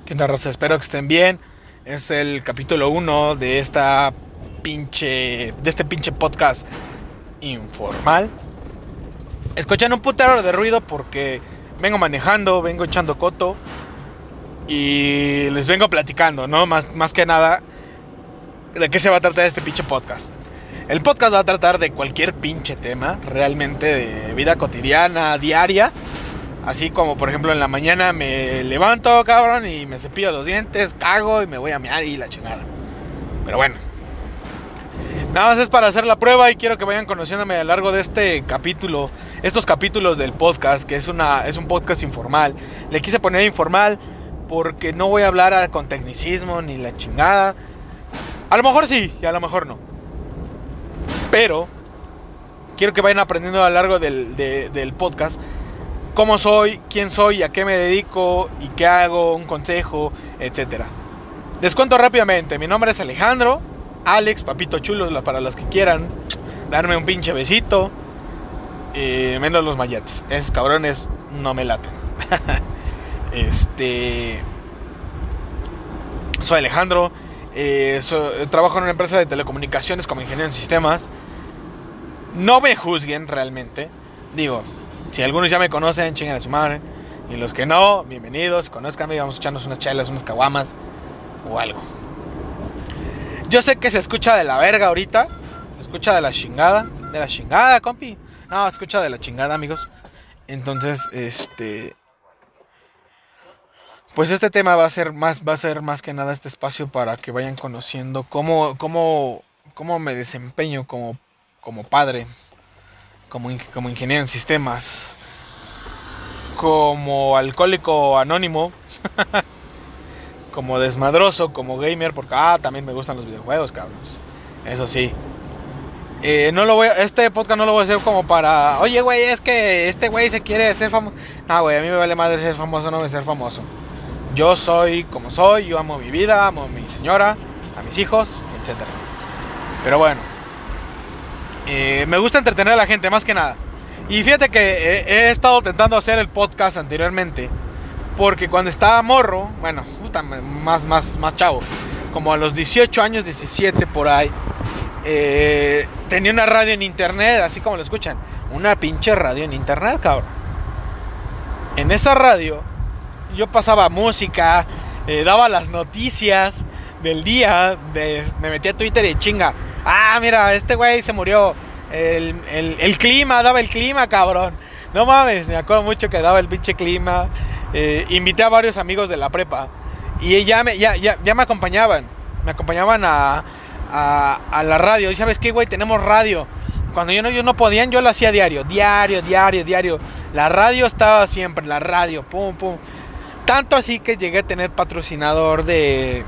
¿Qué tal, raza? Espero que estén bien. Es el capítulo 1 de este pinche podcast informal. Escuchan un putero de ruido porque vengo manejando, vengo echando coto y les vengo platicando, ¿no? Más que nada, ¿de qué se va a tratar este pinche podcast? El podcast va a tratar de cualquier pinche tema, realmente de vida cotidiana, diaria. Así como, por ejemplo, en la mañana me levanto, cabrón, y me cepillo los dientes, cago y me voy a mear y la chingada. Pero bueno, nada más es para hacer la prueba y quiero que vayan conociéndome a lo largo de estos capítulos del podcast, que es un podcast informal. Le quise poner informal porque no voy a hablar con tecnicismo ni la chingada. A lo mejor sí y a lo mejor no. Pero quiero que vayan aprendiendo a lo largo del podcast cómo soy, quién soy, a qué me dedico y qué hago, un consejo, etcétera. Les cuento rápidamente, mi nombre es Alejandro, Alex, papito chulo, para los que quieran darme un pinche besito, menos los mayetes, esos cabrones no me laten. Soy Alejandro, trabajo en una empresa de telecomunicaciones como ingeniero en sistemas. No me juzguen realmente, digo, si algunos ya me conocen, chingan a su madre. Y los que no, bienvenidos, conózcanme y vamos a echarnos unas chelas, unas caguamas o algo. Yo sé que se escucha de la verga ahorita. Se escucha de la chingada. De la chingada, compi. No, se escucha de la chingada, amigos. Entonces, pues este tema va a ser más que nada este espacio para que vayan conociendo cómo me desempeño como padre, como ingeniero en sistemas, como alcohólico anónimo, como desmadroso, como gamer, porque también me gustan los videojuegos, cabros. Eso sí. Este podcast no lo voy a hacer como para, oye, güey, es que este güey se quiere ser famoso. No, güey, a mí me vale madre ser famoso, no me ser famoso. Yo soy como soy, yo amo mi vida, amo a mi señora, a mis hijos, etcétera. Pero bueno, me gusta entretener a la gente, más que nada. Y fíjate que he estado tentando hacer el podcast anteriormente, porque cuando estaba morro, bueno, más chavo, como a los 18 años, 17 por ahí, tenía una radio en internet, así como lo escuchan, una pinche radio en internet, cabrón. En esa radio yo pasaba música, daba las noticias del día, me metía a Twitter y chinga, mira, este güey se murió. El clima, daba el clima, cabrón. No mames, me acuerdo mucho que daba el pinche clima. Invité a varios amigos de la prepa y ya me acompañaban. Me acompañaban a la radio. Y sabes qué, güey, tenemos radio. Cuando ellos no podían, yo lo hacía diario. La radio estaba siempre, la radio, pum, pum. Tanto así que llegué a tener patrocinador de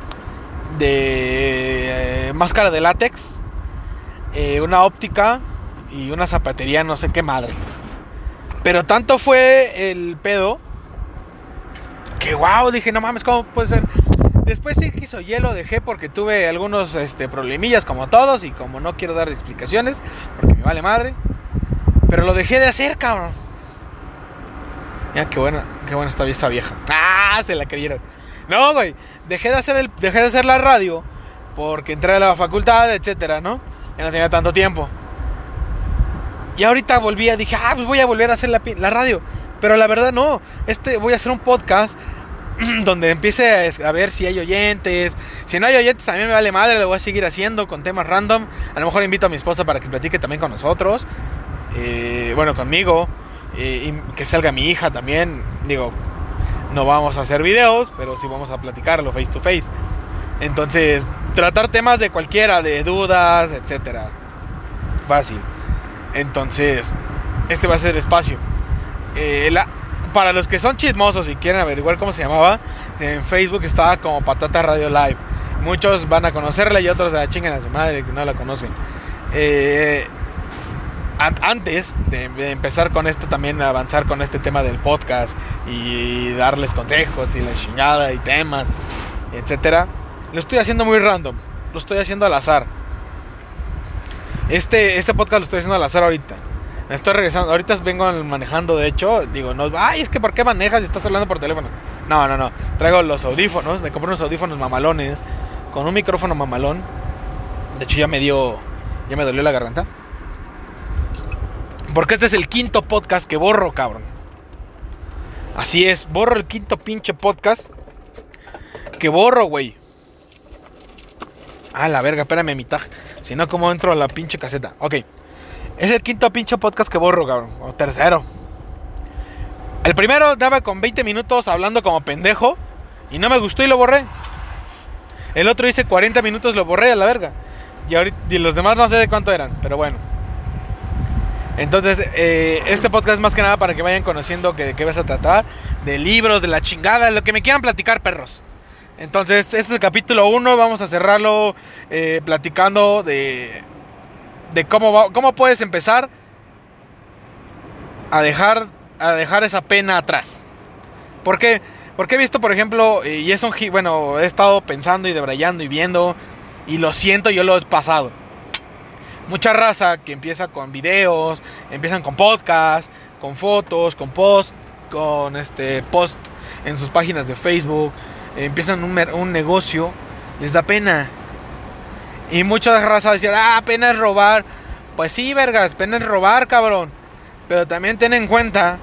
máscara de látex, una óptica y una zapatería, no sé qué madre. Pero tanto fue el pedo que wow, dije, no mames, ¿cómo puede ser? Después sí quiso lo dejé porque tuve algunos problemillas como todos y como no quiero dar explicaciones porque me vale madre. Pero lo dejé de hacer, cabrón. Ya, qué buena está esa vieja. Se la creyeron. No, güey, dejé de hacer la radio porque entré a la facultad, etcétera, ¿no? Ya no tenía tanto tiempo. Y ahorita dije, pues voy a volver a hacer la radio. Pero la verdad no, voy a hacer un podcast donde empiece a ver si hay oyentes. Si no hay oyentes también me vale madre, lo voy a seguir haciendo con temas random. A lo mejor invito a mi esposa para que platique también con nosotros. Bueno, conmigo. Y que salga mi hija también. Digo, no vamos a hacer videos, pero sí vamos a platicarlo face to face. Entonces, tratar temas de cualquiera, de dudas, etcétera. Fácil. Entonces, este va a ser el espacio. Para los que son chismosos y quieren averiguar cómo se llamaba, en Facebook estaba como Patata Radio Live. Muchos van a conocerla y otros la chingan a su madre que no la conocen. Antes de empezar con esto, también avanzar con este tema del podcast y darles consejos y la chingada y temas, etcétera, lo estoy haciendo muy random, lo estoy haciendo al azar. Este podcast lo estoy haciendo al azar ahorita. Me estoy regresando, ahorita vengo manejando, de hecho, digo, no, es que ¿por qué manejas si estás hablando por teléfono? No. Traigo los audífonos. Me compré unos audífonos mamalones. Con un micrófono mamalón. De hecho ya me dolió la garganta. Porque este es el quinto podcast que borro, cabrón. Así es, borro el quinto pinche podcast que borro, güey. Ah, la verga, espérame mi tag. Si no, ¿cómo entro a la pinche caseta? Ok. Es el quinto pinche podcast que borro, cabrón. O tercero. El primero daba con 20 minutos hablando como pendejo. Y no me gustó y lo borré. El otro hice 40 minutos, lo borré a la verga. Y los demás no sé de cuánto eran, pero bueno. Entonces, este podcast es más que nada para que vayan conociendo de qué vas a tratar. De libros, de la chingada, de lo que me quieran platicar, perros. Entonces, este es el capítulo 1. Vamos a cerrarlo platicando de cómo puedes empezar a dejar esa pena atrás. ¿Por qué? Porque he visto, por ejemplo, y es bueno, he estado pensando y debrayando y viendo, y lo siento, yo lo he pasado. Mucha raza que empieza con videos, empiezan con podcast, con fotos, con post en sus páginas de Facebook, empiezan un negocio, les da pena. Y mucha raza decía, pena es robar. Pues sí, vergas, pena es robar, cabrón. Pero también ten en cuenta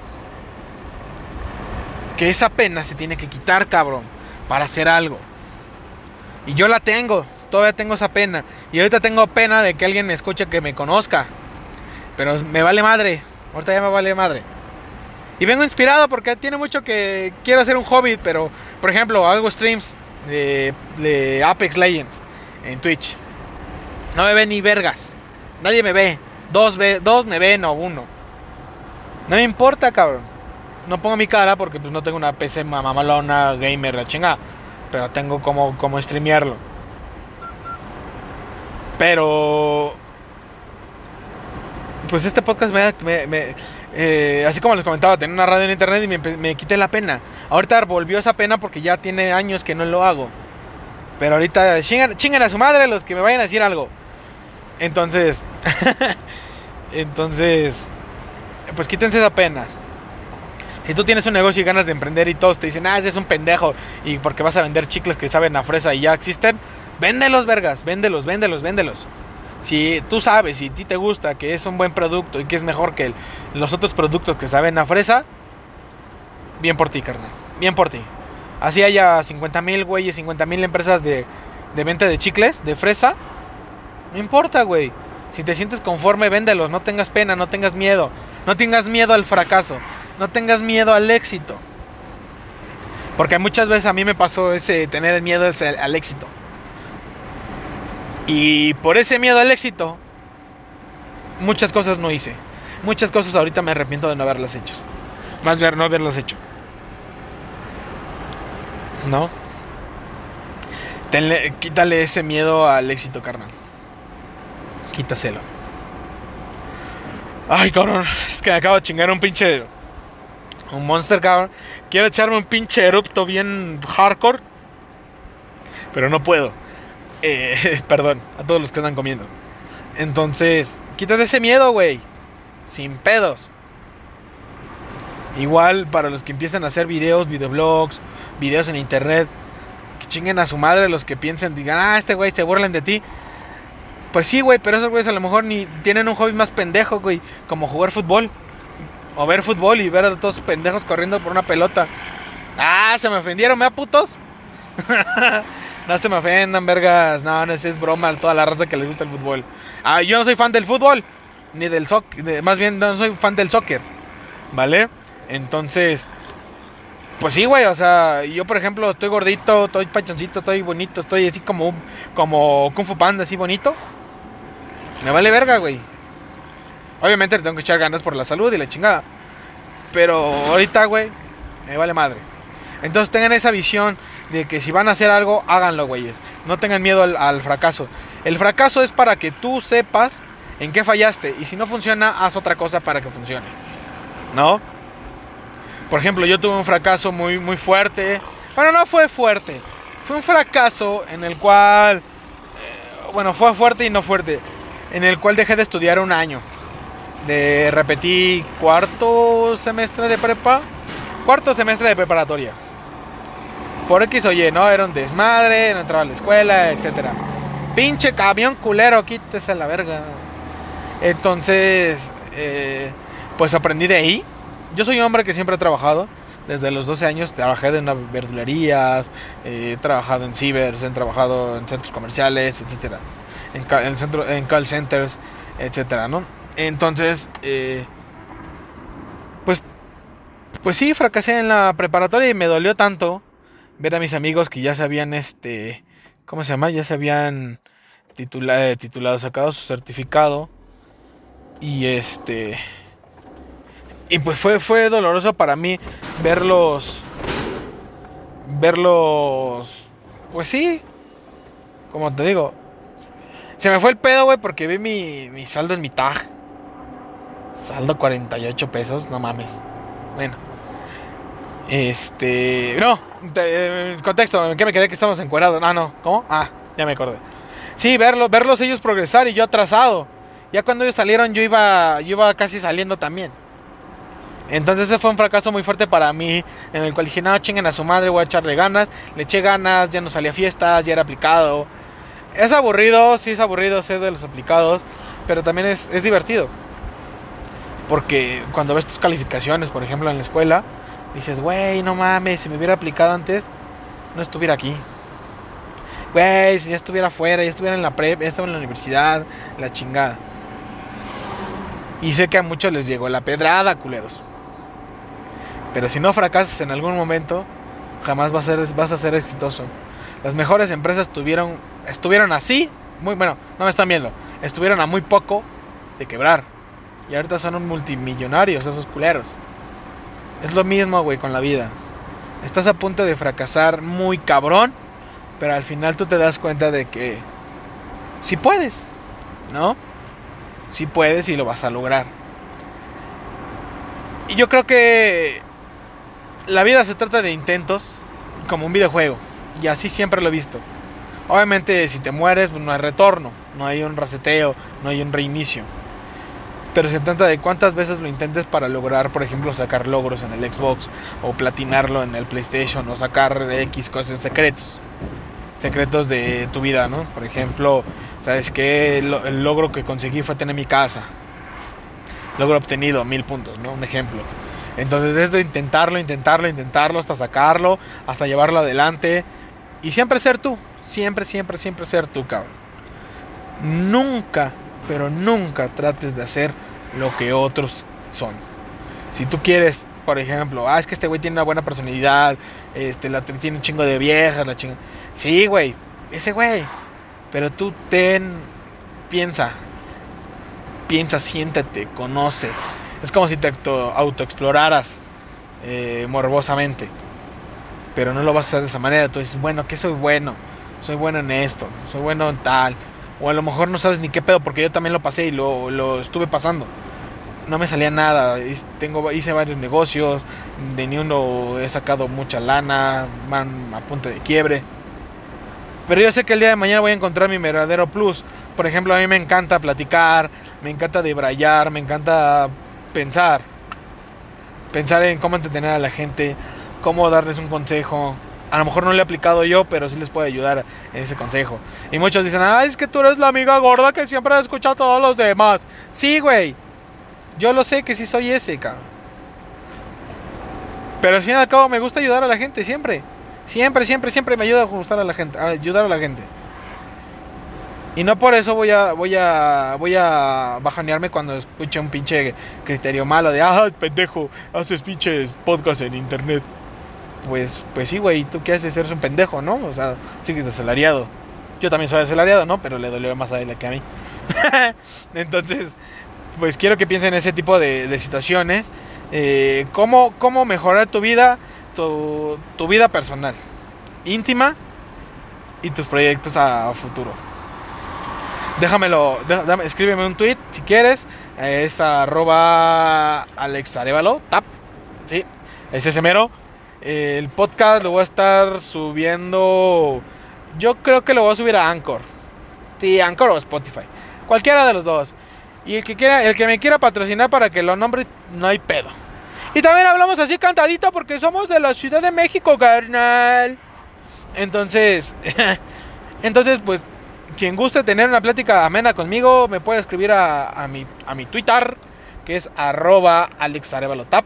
que esa pena se tiene que quitar, cabrón, para hacer algo. Y yo la tengo, todavía tengo esa pena. Y ahorita tengo pena de que alguien me escuche, que me conozca. Pero me vale madre, ahorita ya me vale madre. Y vengo inspirado porque tiene mucho que quiero hacer un hobby. Pero, por ejemplo, hago streams de Apex Legends en Twitch. No me ven ni vergas, nadie me ve. Dos me ven o uno. No me importa, cabrón. No pongo mi cara porque pues no tengo una PC mamalona, gamer, la chingada. Pero tengo como streamearlo. Pero pues este podcast así como les comentaba, tenía una radio en internet y me quité la pena. Ahorita volvió esa pena porque ya tiene años que no lo hago. Pero ahorita chingan a su madre los que me vayan a decir algo. Entonces pues quítense esa pena. Si tú tienes un negocio y ganas de emprender y todos te dicen, ese es un pendejo, y porque vas a vender chicles que saben a fresa y ya existen, véndelos, vergas, véndelos. Si tú sabes, si a ti te gusta que es un buen producto y que es mejor que los otros productos que saben a fresa, bien por ti, carnal, bien por ti. Así haya 50,000 güeyes, 50,000 empresas de venta de chicles, de fresa, no importa, güey. Si te sientes conforme, véndelos, no tengas pena, no tengas miedo. No tengas miedo al fracaso, no tengas miedo al éxito. Porque muchas veces a mí me pasó tener el miedo al éxito. Y por ese miedo al éxito, muchas cosas no hice. Muchas cosas ahorita me arrepiento de no haberlas hecho. Más bien no haberlas hecho. ¿No? Quítale ese miedo al éxito, carnal. Quítaselo. Ay, cabrón, es que me acabo de chingar un monster, cabrón. Quiero echarme un pinche erupto bien hardcore, pero no puedo. Perdón, a todos los que andan comiendo. Entonces, quítate ese miedo, güey. Sin pedos. Igual para los que empiezan a hacer videoblogs, videos en internet, que chinguen a su madre los que piensen, digan, este güey se burlan de ti. Pues sí, güey, pero esos güeyes a lo mejor ni tienen un hobby más pendejo, güey, como jugar fútbol. O ver fútbol y ver a todos pendejos corriendo por una pelota. Se me ofendieron, ¿me da putos? No se me ofendan, vergas. No, es broma a toda la raza que les gusta el fútbol. Yo no soy fan del fútbol, ni del soccer, más bien no soy fan del soccer, ¿vale? Entonces, pues sí, güey, o sea, yo por ejemplo estoy gordito, estoy pachoncito, estoy bonito, estoy así como Kung Fu Panda, así bonito. Me vale verga, güey. Obviamente le tengo que echar ganas por la salud y la chingada. Pero ahorita, güey, me vale madre. Entonces tengan esa visión de que si van a hacer algo, háganlo, güeyes. No tengan miedo al fracaso. El fracaso es para que tú sepas en qué fallaste. Y si no funciona, haz otra cosa para que funcione, ¿no? Por ejemplo, yo tuve un fracaso muy, muy fuerte. Bueno, no fue fuerte. Fue un fracaso en el cual... fue fuerte y no fuerte. En el cual dejé de estudiar un año. Repetí cuarto semestre de preparatoria. por X o Y, ¿no? Era un desmadre, no entraba a la escuela, etcétera. Pinche camión culero, quítese a la verga. Entonces, pues aprendí de ahí. Yo soy un hombre que siempre ha trabajado. Desde los 12 años trabajé en unas verdulerías, he trabajado en cibers, he trabajado en centros comerciales, etcétera. En call centers, etcétera, ¿no? Entonces, pues sí, fracasé en la preparatoria y me dolió tanto ver a mis amigos que ya se habían, ¿cómo se llama? Ya se habían titulado, sacado su certificado. Y y pues fue doloroso para mí verlos, pues sí, como te digo. Se me fue el pedo, güey, porque vi mi saldo en mi tag. Saldo 48 pesos, no mames. Bueno. No, contexto, ¿en qué me quedé que estamos encuerados? No, ¿cómo? Ya me acordé. Sí, verlos ellos progresar y yo atrasado. Ya cuando ellos salieron yo iba casi saliendo también. Entonces ese fue un fracaso muy fuerte para mí, en el cual dije, no, chinguen a su madre, voy a echarle ganas. Le eché ganas, ya no salía a fiestas, ya era aplicado. Es aburrido, sí es aburrido ser de los aplicados, pero también es divertido. Porque cuando ves tus calificaciones, por ejemplo, en la escuela, dices, güey, no mames, si me hubiera aplicado antes, no estuviera aquí. Güey, si ya estuviera afuera, ya estuviera en la prep, ya estaba en la universidad, la chingada. Y sé que a muchos les llegó la pedrada, culeros. Pero si no fracasas en algún momento, jamás vas a ser exitoso. Las mejores empresas estuvieron así, muy bueno, no me están viendo, estuvieron a muy poco de quebrar. Y ahorita son multimillonarios esos culeros. Es lo mismo, güey, con la vida. Estás a punto de fracasar muy cabrón, pero al final tú te das cuenta de que sí puedes, ¿no? Sí puedes y lo vas a lograr. Y yo creo que la vida se trata de intentos, como un videojuego. Y así siempre lo he visto. Obviamente si te mueres, pues no hay retorno, no hay un reseteo, no hay un reinicio. Pero se trata de cuántas veces lo intentes para lograr, por ejemplo, sacar logros en el Xbox, o platinarlo en el PlayStation, o sacar X cosas, secretos de tu vida, ¿no? Por ejemplo, ¿sabes qué? El logro que conseguí fue tener mi casa. Logro obtenido, 1000 puntos, ¿no? Un ejemplo. Entonces es de intentarlo hasta sacarlo, hasta llevarlo adelante. Y siempre ser tú. Siempre ser tú, cabrón. Nunca, pero nunca trates de hacer lo que otros son. Si tú quieres, por ejemplo, es que este güey tiene una buena personalidad, tiene un chingo de viejas, la chinga. Sí, güey, ese güey. Pero tú piensa, siéntate, conoce. Es como si te autoexploraras morbosamente. Pero no lo vas a hacer de esa manera. Tú dices, bueno, ¿qué soy bueno? Soy bueno en esto, soy bueno en tal. O a lo mejor no sabes ni qué pedo, porque yo también lo pasé y lo estuve pasando. No me salía nada. Hice varios negocios, de ni uno he sacado mucha lana, van a punto de quiebre. Pero yo sé que el día de mañana voy a encontrar mi verdadero plus. Por ejemplo, a mí me encanta platicar, me encanta debrayar, me encanta pensar en cómo entretener a la gente, cómo darles un consejo. A lo mejor no le he aplicado yo, pero sí les puedo ayudar en ese consejo. Y muchos dicen, es que tú eres la amiga gorda que siempre escucha a todos los demás. Sí, güey, yo lo sé que sí soy ese, cabrón. Pero al fin y al cabo me gusta ayudar a la gente, siempre me ayuda a ayudar a la gente. Y no por eso voy a bajonearme cuando escuche un pinche criterio malo de, pendejo, haces pinches podcasts en internet. Pues sí, güey, ¿tú qué haces? Eres un pendejo, ¿no? O sea, sigues asalariado. Yo también soy asalariado, ¿no? Pero le dolió más a él que a mí. Entonces, pues quiero que piensen en ese tipo de situaciones. Cómo mejorar tu vida, tu vida personal, íntima, y tus proyectos a futuro. Escríbeme un tweet si quieres. Es @AlexArevalo. Tap. Sí, es ese mero. El podcast lo voy a estar subiendo. Yo creo que lo voy a subir a Anchor. Sí, Anchor o Spotify. Cualquiera de los dos. Y el que me quiera patrocinar para que lo nombre, no hay pedo. Y también hablamos así cantadito porque somos de la Ciudad de México, carnal. Entonces, entonces pues, quien guste tener una plática amena conmigo, me puede escribir a mi Twitter, que es @AlexArevalotap.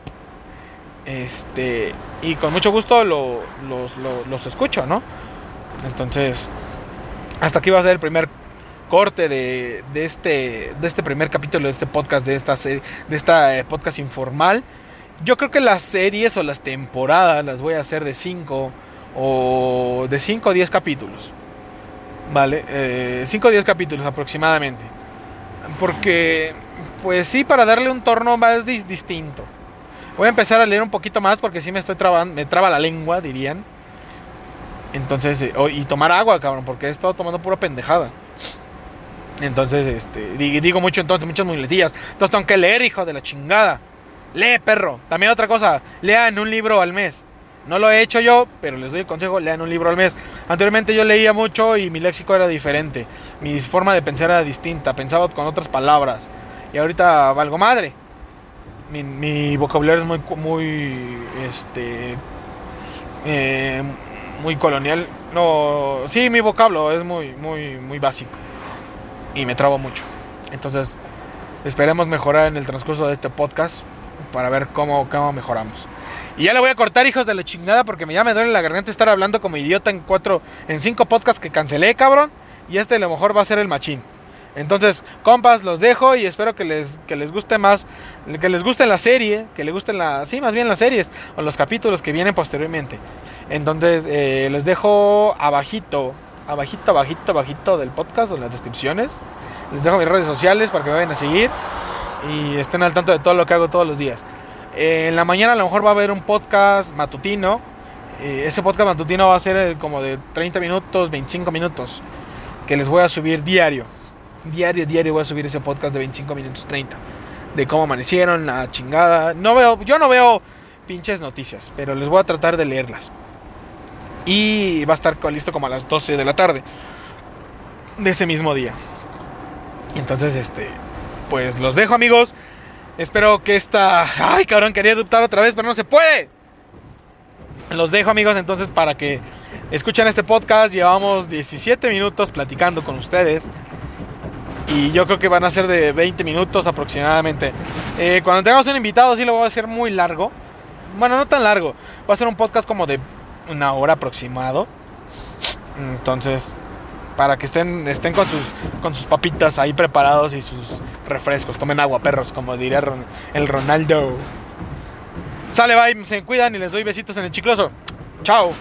Y con mucho gusto los escucho, ¿no? Entonces, hasta aquí va a ser el primer corte de este primer capítulo de este podcast, de esta serie, de esta podcast informal. Yo creo que las series o las temporadas las voy a hacer de 5 o 10 capítulos. Vale, 5 o 10 capítulos aproximadamente. Porque, pues sí, para darle un tono más distinto. Voy a empezar a leer un poquito más porque sí me estoy trabando, me traba la lengua, dirían. Entonces, y tomar agua, cabrón, porque he estado tomando pura pendejada. Entonces, digo mucho entonces, muchas muletillas. Entonces tengo que leer, hijo de la chingada. Lee, perro. También otra cosa, lean un libro al mes. No lo he hecho yo, pero les doy el consejo, lean un libro al mes. Anteriormente yo leía mucho y mi léxico era diferente. Mi forma de pensar era distinta, pensaba con otras palabras. Y ahorita valgo madre. Mi vocabulario es muy colonial. No, sí, mi vocablo es muy básico. Y me trabo mucho. Entonces, esperemos mejorar en el transcurso de este podcast para ver cómo mejoramos. Y ya le voy a cortar, hijos de la chingada, porque ya me duele la garganta estar hablando como idiota en 5 podcasts que cancelé, cabrón. Y a lo mejor va a ser el machín. Entonces, compas, los dejo y espero que les guste más, que les guste la serie, que les gusten más bien las series o los capítulos que vienen posteriormente. Entonces, les dejo abajito del podcast o en las descripciones. Les dejo mis redes sociales para que me vayan a seguir y estén al tanto de todo lo que hago todos los días. En la mañana a lo mejor va a haber un podcast matutino. Ese podcast matutino va a ser como de 30 minutos, 25 minutos, que les voy a subir diario voy a subir ese podcast de 25 minutos 30 de cómo amanecieron, la chingada. Yo no veo pinches noticias, pero les voy a tratar de leerlas. Y va a estar listo como a las 12 de la tarde de ese mismo día. Entonces, pues los dejo, amigos. Espero que ay, cabrón, quería adoptar otra vez, pero no se puede. Los dejo, amigos, entonces, para que escuchen este podcast. Llevamos 17 minutos platicando con ustedes. Y yo creo que van a ser de 20 minutos aproximadamente. Cuando tengamos un invitado, sí lo voy a hacer muy largo. Bueno, no tan largo. Va a ser un podcast como de 1 hora aproximado. Entonces, para que estén con sus papitas ahí preparados y sus refrescos. Tomen agua, perros, como diría el Ronaldo. Sale, bye, se cuidan y les doy besitos en el chicloso. Chao.